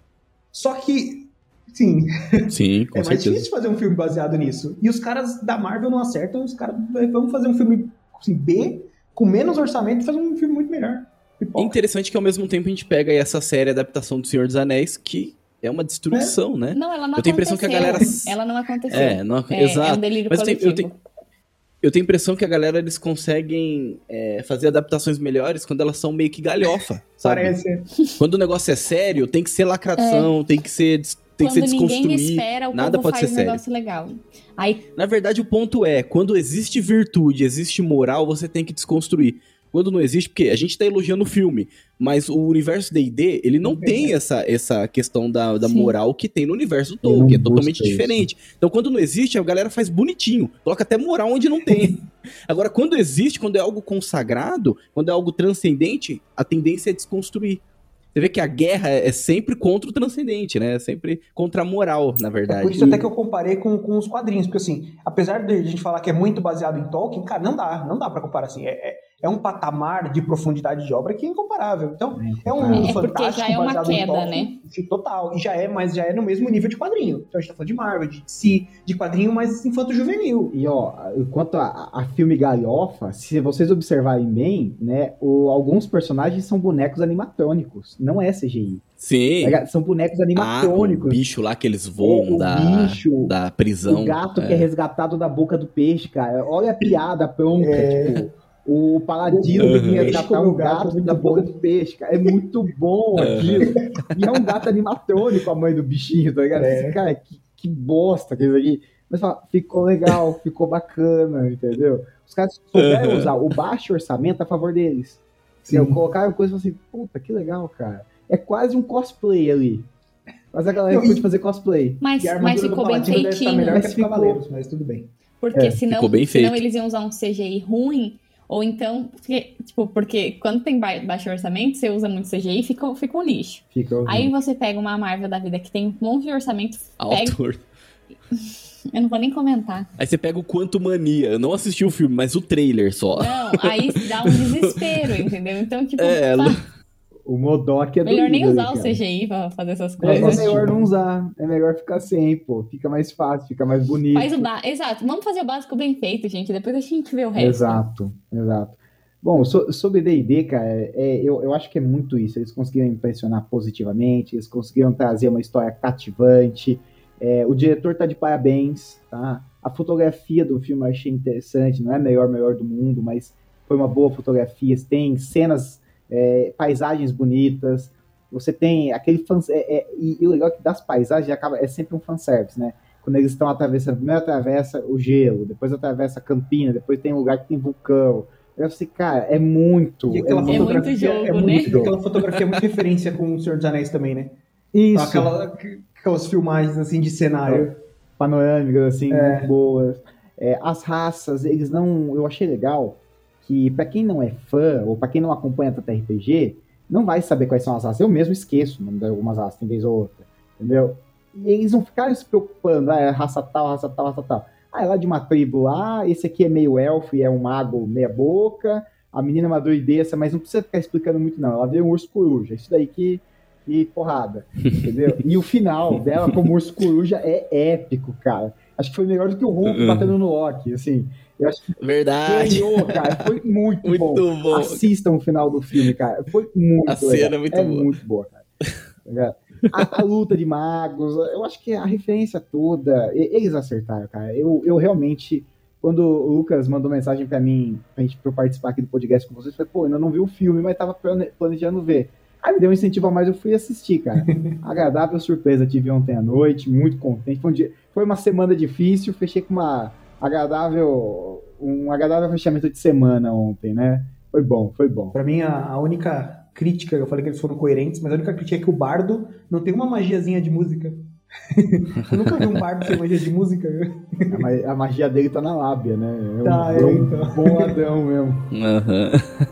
Só que, sim,
sim com
é mais
certeza.
difícil fazer um filme baseado nisso. E os caras da Marvel não acertam, os caras vão fazer um filme assim, B, com menos orçamento, e fazer um filme muito melhor.
É interessante que, ao mesmo tempo, a gente pega aí essa série adaptação do Senhor dos Anéis, que... é uma destruição, é. né?
Não, ela não
eu tenho a impressão que a galera...
Ela não aconteceu.
É, não...
é,
exato.
É um delírio
Mas
coletivo.
Eu tenho, eu, tenho, eu tenho a impressão que a galera, eles conseguem é, fazer adaptações melhores quando elas são meio que galhofa, sabe?
Parece.
Quando o negócio é sério, tem que ser lacração, é. tem que ser... Tem
quando
que ser desconstruir.
Ninguém espera, o
nada
povo
pode
faz
ser
um
sério.
negócio legal. Aí...
Na verdade, o ponto é, quando existe virtude, existe moral, você tem que desconstruir. Quando não existe, porque a gente tá elogiando o filme, mas o universo D e D, ele não tem essa, essa questão da, da moral que tem no universo do Tolkien, é totalmente diferente. Então, quando não existe, a galera faz bonitinho, coloca até moral onde não tem. Agora, quando existe, quando é algo consagrado, quando é algo transcendente, a tendência é desconstruir. Você vê que a guerra é sempre contra o transcendente, né? É sempre contra a moral, na verdade.
É por isso até que eu comparei com, com os quadrinhos, porque assim, apesar de a gente falar que é muito baseado em Tolkien, cara, não dá, não dá pra comparar assim. É, é, é um patamar de profundidade de obra que é incomparável. Então, é um mundo
é
fantástico
já é uma
baseado
queda,
em Tolkien,
né?
Total. E já é, mas já é no mesmo nível de quadrinho. Então a gente tá falando de Marvel, de D C, de quadrinho mais infanto-juvenil.
E ó, quanto a, a filme galhofa, se vocês observarem bem, né, o, alguns personagens são bonecos animatrônicos, não é C G I.
Sim.
São bonecos animatrônicos.
Ah, o bicho lá que eles voam é, da, bicho, da prisão.
O gato é. que é resgatado da boca do peixe, cara. Olha a piada pronta, é. tipo... O Paladino tem que resgatar um gato da boca do peixe, cara. É muito bom aquilo. E é um gato animatrônico, a mãe do bichinho, tá ligado? É. Cara, que, que bosta que isso aqui. Mas fala, ficou legal, ficou bacana, entendeu? Os caras souberam uhum. usar o baixo orçamento a favor deles. Assim, colocaram coisa assim, puta, que legal, cara. É quase um cosplay ali. Mas a galera pode fazer cosplay.
Mas, mas ficou bem feitinho.
Melhor mas, que ficou... Cavaleiros, mas tudo bem.
Porque
é,
senão, senão eles iam usar um C G I ruim. Ou então, porque, tipo, porque quando tem ba- baixo orçamento, você usa muito C G I e fica, fica um lixo.
Fica
Aí você pega uma Marvel da vida que tem um monte de orçamento.
Autor.
Pega... Eu não vou nem comentar.
Aí você pega o Quanto Mania. Eu não assisti o filme, mas o trailer só.
Não, aí dá um desespero, entendeu? Então, tipo...
É,
pá,
o Modok é
melhor nem usar
cara.
o C G I pra fazer essas coisas.
É, é melhor não usar. É melhor ficar sem, pô. Fica mais fácil, fica mais bonito.
Faz o ba... Exato. Vamos fazer o básico bem feito, gente. Depois a gente vê o resto.
Exato, exato. Bom, so, sobre D e D, cara, é, eu, eu acho que é muito isso. Eles conseguiram impressionar positivamente, eles conseguiram trazer uma história cativante. É, o diretor tá de parabéns, tá? A fotografia do filme eu achei interessante, não é a melhor, melhor do mundo, mas foi uma boa fotografia. Tem cenas, é, paisagens bonitas. Você tem aquele fan... É, é, e, e o legal é que das paisagens acaba, é sempre um fanservice, né? Quando eles estão atravessando, primeiro atravessa o gelo, depois atravessa a campina, depois tem um lugar que tem vulcão. Eu falei, cara, é muito.
E aquela
é
fotografia
muito jogo,
é muito,
né?
jogo. Aquela fotografia é muito referência com o Senhor dos Anéis também, né?
Isso.
Aquela, aquelas filmagens assim de cenário.
Panorâmicas, assim,
É.
muito boas. É, as raças, eles não. Eu achei legal que, pra quem não é fã, ou pra quem não acompanha tanto R P G, não vai saber quais são as raças. Eu mesmo esqueço o nome de algumas raças, tem vez ou outra. Entendeu? E eles não ficaram se preocupando, ah, é raça tal, raça tal, raça tal. Ah, é lá de uma tribo, ah, esse aqui é meio elfo e é um mago meia boca, a menina é uma druidessa, mas não precisa ficar explicando muito não, ela veio um urso coruja, isso daí que, que porrada, entendeu? E o final dela como urso coruja é épico, cara. Acho que foi melhor do que o Hulk batendo no Loki, assim. Eu acho que
Verdade.
ganhou, cara, foi muito,
Muito
bom.
bom.
Assistam o final do filme, cara, foi muito
A
legal.
cena é muito boa.
muito boa, cara. Tá ligado? A, a luta de magos, eu acho que a referência toda, eles acertaram, cara. Eu, eu realmente, quando o Lucas mandou mensagem pra mim, pra, gente, pra eu participar aqui do podcast com vocês, eu falei, pô, ainda não vi o filme, mas tava planejando ver. Aí me deu um incentivo a mais, eu fui assistir, cara. Agradável surpresa, tive ontem à noite, muito contente. Foi, um dia, foi uma semana difícil, fechei com uma agradável, um agradável fechamento de semana ontem, né? Foi bom, foi bom.
Pra mim, a, a única crítica, eu falei que eles foram coerentes, mas a única crítica é que o bardo não tem uma magiazinha de música. Eu nunca vi um bardo sem magia de música.
A, ma- a magia dele tá na lábia, né? É um
Tá, é,
bom,
então.
bom Adão mesmo.
Aham.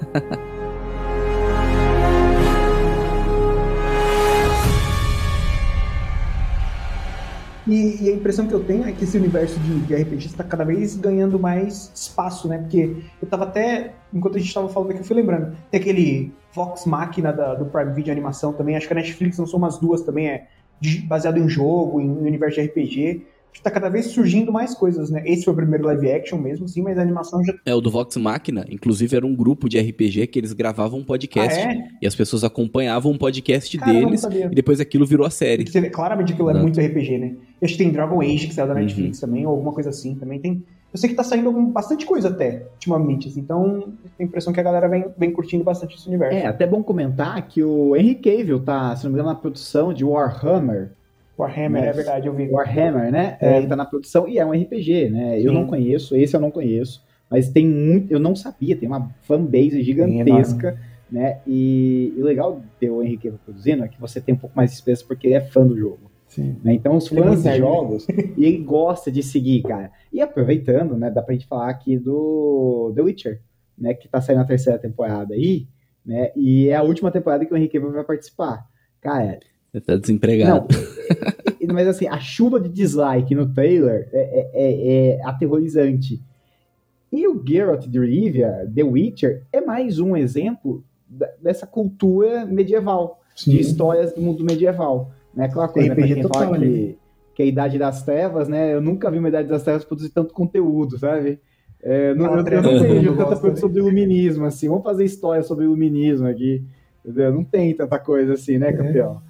E, e a impressão que eu tenho é que esse universo de, de R P G está cada vez ganhando mais espaço, né? Porque eu tava até, enquanto a gente tava falando aqui, eu fui lembrando. Tem aquele Vox Machina da, do Prime Video Animação também, acho que a Netflix lançou umas duas também, é de, baseado em jogo, em, em universo de R P G. Tá cada vez surgindo mais coisas, né? Esse foi o primeiro live action mesmo, sim, mas a animação já...
É, o do Vox Machina, inclusive, era um grupo de R P G que eles gravavam um podcast.
Ah, é?
E as pessoas acompanhavam um podcast
Caramba, não
deles.
sabia.
E depois aquilo virou a série.
Porque você vê, claramente aquilo é
Exato.
muito R P G, né? Eu acho que tem Dragon Age, que saiu da Netflix também, ou alguma coisa assim também. Tem... Eu sei que tá saindo algum- bastante coisa até, ultimamente, assim. Então, tenho a impressão que a galera vem, vem curtindo bastante esse universo.
É, até bom comentar que o Henry Cavill tá, se não me engano, na produção de Warhammer.
Warhammer,
Mas-
é verdade, eu vi.
Warhammer, né?
É.
É, ele tá na produção e é um R P G, né? Eu
Sim.
não conheço, esse eu não conheço, mas tem muito, eu não sabia, tem uma fanbase gigantesca, né? E, e o legal de ter o Henry Cavill produzindo é que você tem um pouco mais de experiência porque ele é fã do jogo.
Sim.
Né? Então os
Ele é
fãs
muito
de
nerd, né?
jogos, e ele gosta de seguir, cara. E aproveitando, né, dá pra gente falar aqui do The Witcher, né, que tá saindo a terceira temporada aí, né, e é a última temporada que o Henrique vai participar. Cara,
Você tá desempregado.
não, mas assim, a chuva de dislike no trailer é, é- é aterrorizante. E o Geralt de Rivia, The Witcher, é mais um exemplo da- dessa cultura medieval, de histórias do mundo medieval. Né? Aquela coisa, né? Pra
R P G
quem fala
total,
que, que é a Idade das Trevas, né? Eu nunca vi uma Idade das Trevas produzir tanto conteúdo, sabe? É, não,
Aquela
eu, eu
treva
não
que todo
vejo
mundo
tanta
gosta,
coisa
né?
sobre iluminismo, assim. Vamos fazer história sobre iluminismo aqui. Entendeu? Não tem tanta coisa assim, né, campeão?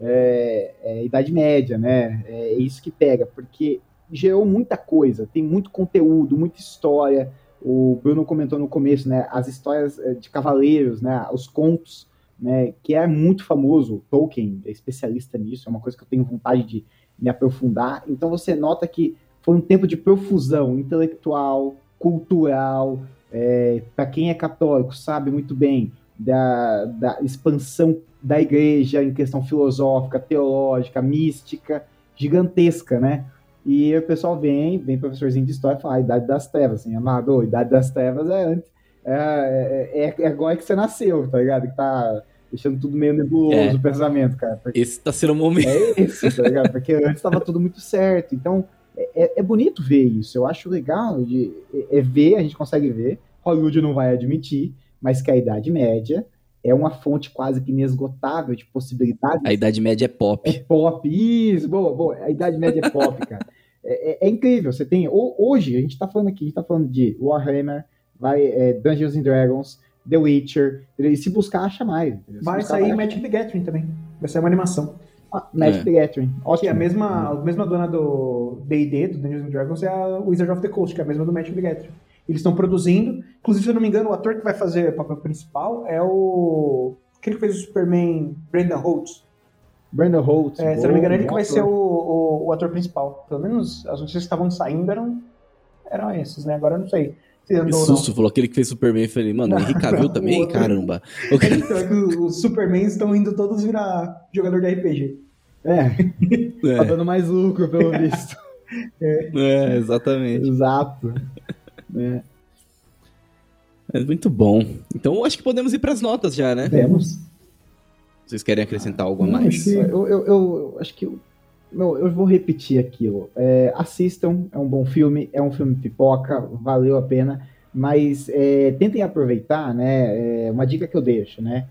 É, é Idade Média, né? É isso que pega, porque gerou muita coisa, tem muito conteúdo, muita história. O Bruno comentou no começo, né? As histórias eh, de cavaleiros, né? Os contos, né? Que é muito famoso. Tolkien é especialista nisso, é uma coisa que eu tenho vontade de me aprofundar. Então você nota que foi um tempo de profusão intelectual, cultural. É, para quem é católico sabe muito bem da, da expansão da igreja em questão filosófica, teológica, mística, gigantesca, né? E o pessoal vem, vem professorzinho de história e fala, a Idade das Trevas, assim, amado, a Idade das Trevas é antes, é, é, é, é agora que você nasceu, tá ligado? Que tá deixando tudo meio nebuloso
É.
o pensamento, cara. Porque
Esse tá sendo o momento.
é esse, tá ligado? Porque antes tava tudo muito certo. Então, é, é bonito ver isso. Eu acho legal de é, é ver, a gente consegue ver. Hollywood não vai admitir, mas que a Idade Média é uma fonte quase que inesgotável de possibilidades.
A Idade Média é
É
pop.
pop, isso, boa, boa. A Idade Média é pop, cara. É, é- é incrível. Você tem. ho- Hoje, a gente tá falando aqui, a gente tá falando de Warhammer, vai, é, Dungeons and Dragons, The Witcher, e se buscar, acha mais.
Vai sair Magic the Gathering também, vai sair uma animação.
Ah, Magic é. the Gathering, ótimo.
Que é a mesma, a mesma dona do D e D, do Dungeons and Dragons, é a Wizard of the Coast, que é a mesma do Magic the Gathering. Eles estão produzindo, inclusive, se eu não me engano, o ator que vai fazer o papel principal é o... aquele que fez o Superman, Brendan Holtz.
Brendan Holtz.
É, se eu não me engano, ele que vai ator. ser o, o, o ator principal. Pelo menos as notícias que estavam saindo eram, eram esses, né? Agora eu não sei.
Que susto, falou aquele que fez Superman. Eu falei, mano, o Henry Cavill também? Outro... Caramba.
Okay. Então, é que os Supermans estão indo todos virar jogador de R P G.
É, é. Tá dando mais lucro, pelo visto.
É, é exatamente.
Exato. É.
É muito bom. Então, acho que podemos ir para as notas já, né?
Temos.
Vocês querem acrescentar algo a mais?
Eu, eu, eu, eu acho que... Não, eu vou repetir aquilo. É, assistam, é um bom filme, é um filme pipoca, valeu a pena, mas é, tentem aproveitar, né? É uma dica que eu deixo, né?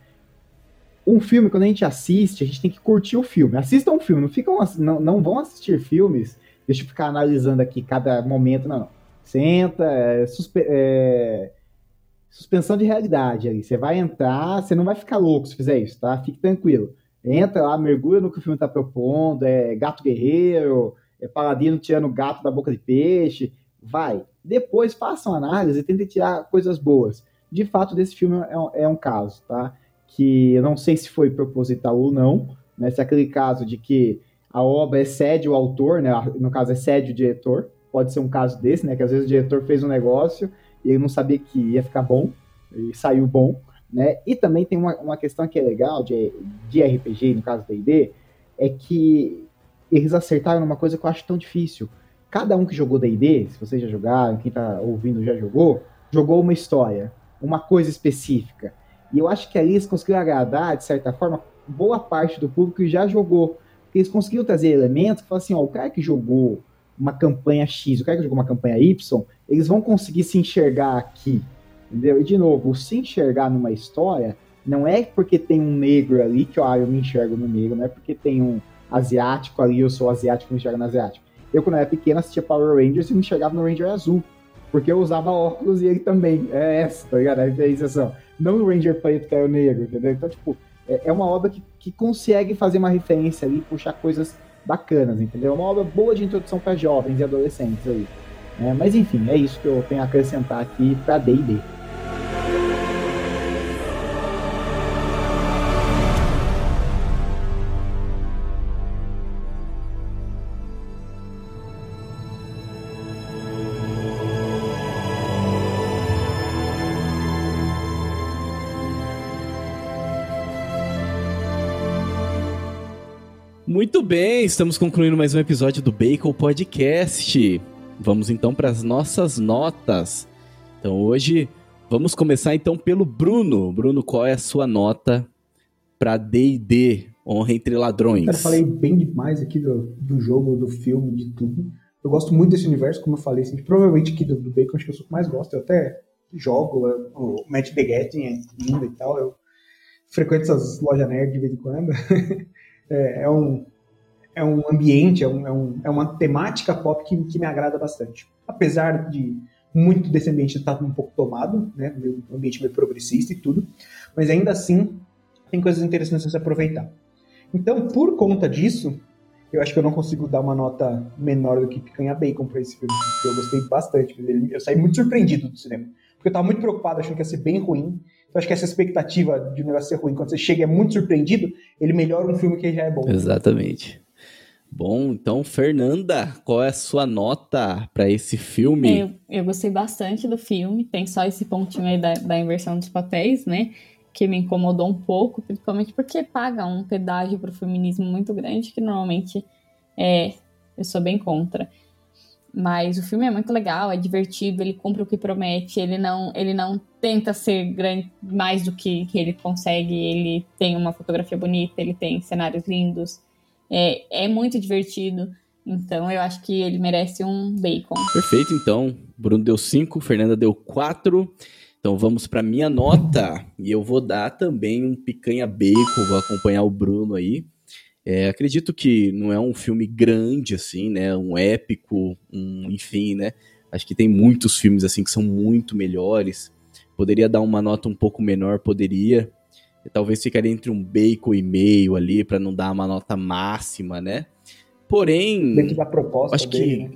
Um filme, quando a gente assiste, a gente tem que curtir o filme. Assistam um filme, não, ficam, não, não vão assistir filmes, deixa eu ficar analisando aqui cada momento, não. não. Senta, é, suspe, é, suspensão de realidade ali. Você vai entrar, você não vai ficar louco se fizer isso, tá? Fique tranquilo. Entra lá, mergulha no que o filme está propondo, é gato guerreiro, é paladino tirando gato da boca de peixe, vai. Depois façam análise e tentem tirar coisas boas. De fato, desse filme é um, é um caso, tá? Que eu não sei se foi proposital ou não, né? Se é aquele caso de que a obra excede o autor, né? No caso, excede o diretor. Pode ser um caso desse, né? Que às vezes o diretor fez um negócio e ele não sabia que ia ficar bom, e saiu bom. Né? E também tem uma, uma questão que é legal de, de R P G, no caso D e D, é que eles acertaram numa coisa que eu acho tão difícil. Cada um que jogou D e D, se vocês já jogaram, quem tá ouvindo já jogou, jogou uma história, uma coisa específica. E eu acho que ali eles conseguiram agradar, de certa forma, boa parte do público que já jogou. Porque eles conseguiram trazer elementos que falam assim, ó, o cara que jogou uma campanha X, o cara que jogou uma campanha Y, eles vão conseguir se enxergar aqui. Entendeu? E, de novo, o se enxergar numa história não é porque tem um negro ali que, ó, eu me enxergo no negro, não é porque tem um asiático ali, eu sou asiático e me enxergo no asiático. Eu, quando era pequeno, assistia Power Rangers e me enxergava no Ranger azul, porque eu usava óculos e ele também. É essa, tá ligado? A diferenciação. Não no Ranger preto que é o negro, entendeu? Então, tipo, é, é uma obra que, que consegue fazer uma referência ali, puxar coisas bacanas, entendeu? É uma obra boa de introdução para jovens e adolescentes aí. É, mas, enfim, é isso que eu tenho a acrescentar aqui para D e D.
Muito bem, estamos concluindo mais um episódio do Bacon Podcast. Vamos então para as nossas notas. Então hoje vamos começar então pelo Bruno. Bruno, qual é a sua nota para D e D, Honra Entre Ladrões?
Cara, eu falei bem demais aqui do, do jogo, do filme, de tudo. Eu gosto muito desse universo, como eu falei. Assim, provavelmente aqui do, do Bacon, acho que eu sou o que mais gosto. Eu até jogo, eu, o Magic the Gathering é lindo e tal. Eu frequento essas lojas nerd de vez em quando. É, é, um, é um ambiente, é, um, é, um, é uma temática pop que, que me agrada bastante. Apesar de muito desse ambiente estar um pouco tomado, né, um ambiente meio progressista e tudo, mas ainda assim tem coisas interessantes a se aproveitar. Então, por conta disso, eu acho que eu não consigo dar uma nota menor do que Picanha Bacon para esse filme, porque eu gostei bastante. Eu saí muito surpreendido do cinema, porque eu estava muito preocupado, achando que ia ser bem ruim. Eu acho que essa expectativa de um negócio ser ruim, quando você chega e é muito surpreendido, ele melhora um filme que já é bom.
Exatamente. Bom, então, Fernanda, qual é a sua nota para esse filme?
Eu, eu gostei bastante do filme, tem só esse pontinho aí da, da inversão dos papéis, né, que me incomodou um pouco, principalmente porque paga um pedágio pro feminismo muito grande, que normalmente é, eu sou bem contra. Mas o filme é muito legal, é divertido, ele cumpre o que promete, ele não, ele não tenta ser grande, mais do que, que ele consegue, ele tem uma fotografia bonita, ele tem cenários lindos, é, é muito divertido, então eu acho que ele merece um bacon.
Perfeito, então, Bruno deu cinco, Fernanda deu quatro, então vamos para minha nota, e eu vou dar também um picanha bacon, vou acompanhar o Bruno aí. É, acredito que não é um filme grande, assim, né, um épico, um, enfim, né, acho que tem muitos filmes, assim, que são muito melhores, Poderia dar uma nota um pouco menor, poderia. Talvez ficaria entre um bacon e meio ali, pra não dar uma nota máxima, né? Porém...
Dentro da proposta
acho
dele,
que
né?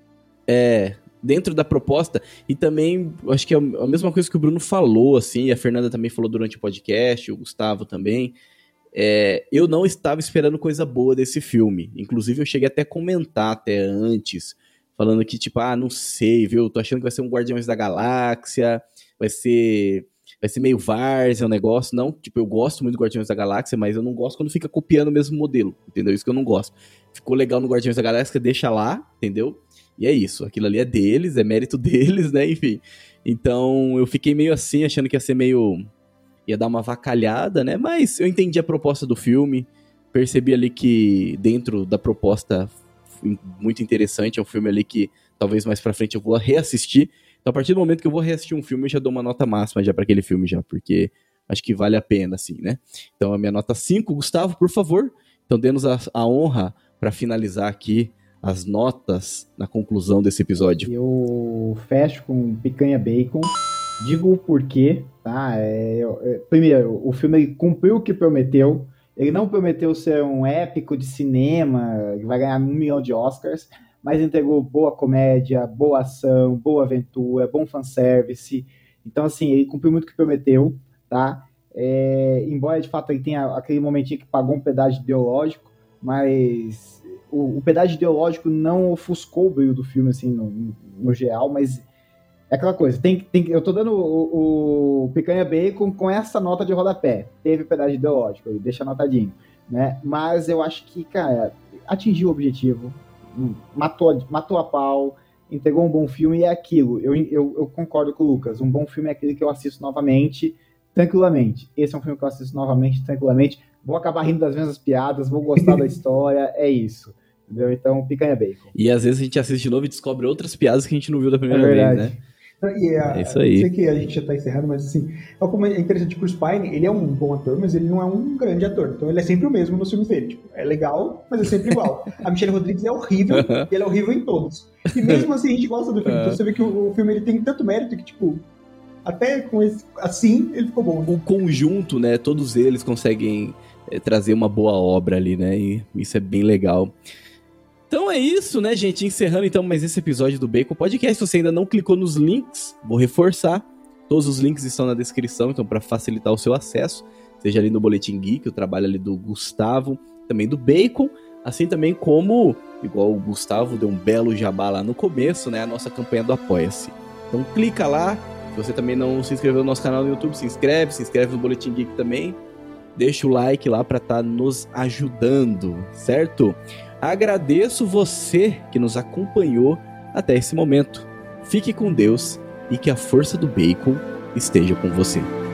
É, dentro da proposta, e também, acho que é a mesma coisa que o Bruno falou, assim, e a Fernanda também falou durante o podcast, o Gustavo também, é, eu não estava esperando coisa boa desse filme, inclusive eu cheguei até a comentar até antes, falando que, tipo, ah, não sei, viu, tô achando que vai ser um Guardiões da Galáxia, vai ser... Vai ser meio várzea o negócio, não, tipo, eu gosto muito do Guardiões da Galáxia, mas eu não gosto quando fica copiando o mesmo modelo, entendeu? Isso que eu não gosto. Ficou legal no Guardiões da Galáxia, deixa lá, entendeu? E é isso, aquilo ali é deles, é mérito deles, né, enfim. Então, eu fiquei meio assim, achando que ia ser meio... ia dar uma avacalhada, né, mas eu entendi a proposta do filme, percebi ali que dentro da proposta muito interessante, é um filme ali que talvez mais pra frente eu vou reassistir. Então, a partir do momento que eu vou reassistir um filme, eu já dou uma nota máxima já pra aquele filme já, porque acho que vale a pena, assim, né? Então, a minha nota cinco, Gustavo, por favor. Então, dê-nos a, a honra pra finalizar aqui as notas na conclusão desse episódio.
Eu fecho com Picanha Bacon. Digo o porquê, tá? É, é, primeiro, o filme ele cumpriu o que prometeu. Ele não prometeu ser um épico de cinema, que vai ganhar um milhão de Oscars, mas entregou boa comédia, boa ação, boa aventura, bom fanservice. Então, assim, ele cumpriu muito o que prometeu, tá? É, embora, de fato, ele tenha aquele momentinho que pagou um pedágio ideológico, mas o, o pedágio ideológico não ofuscou o brilho do filme, assim, no, no geral, mas é aquela coisa, tem, tem, eu tô dando o, o Picanha Bacon com essa nota de rodapé. Teve pedágio ideológico, ele deixa anotadinho, né? Mas eu acho que, cara, atingiu o objetivo, matou, matou a pau, entregou um bom filme e é aquilo. Eu, eu, eu concordo com o Lucas, um bom filme é aquele que eu assisto novamente, tranquilamente. Esse é um filme que eu assisto novamente, tranquilamente. Vou acabar rindo das mesmas piadas, vou gostar da história, é isso. Entendeu? Então, Picanha Bacon.
E às vezes a gente assiste de novo e descobre outras piadas que a gente não viu da primeira
É
vez, né?
E é,
é isso aí.
Eu sei que a gente já tá encerrando, mas assim, é interessante que o Chris Pine, ele é um bom ator, mas ele não é um grande ator. Então ele é sempre o mesmo nos filmes dele. Tipo, é legal, mas é sempre igual. A Michelle Rodrigues é horrível, e ela é horrível em todos. E mesmo assim a gente gosta do filme. Então você vê que o, o filme ele tem tanto mérito que, tipo, até com esse, assim, ele ficou bom.
O conjunto, né, todos eles conseguem é, trazer uma boa obra ali, né, e isso é bem legal. Então é isso, né, gente? Encerrando então mais esse episódio do Bacon Podcast. Se você ainda não clicou nos links, vou reforçar. Todos os links estão na descrição, então para facilitar o seu acesso, seja ali no Boletim Geek, o trabalho ali do Gustavo, também do Bacon, assim também como, igual o Gustavo deu um belo jabá lá no começo, né, a nossa campanha do Apoia-se. Então clica lá. Se você também não se inscreveu no nosso canal no YouTube, se inscreve, se inscreve no Boletim Geek também. Deixa o like lá para estar tá nos ajudando, certo? Agradeço você que nos acompanhou até esse momento. Fique com Deus e que a força do bacon esteja com você.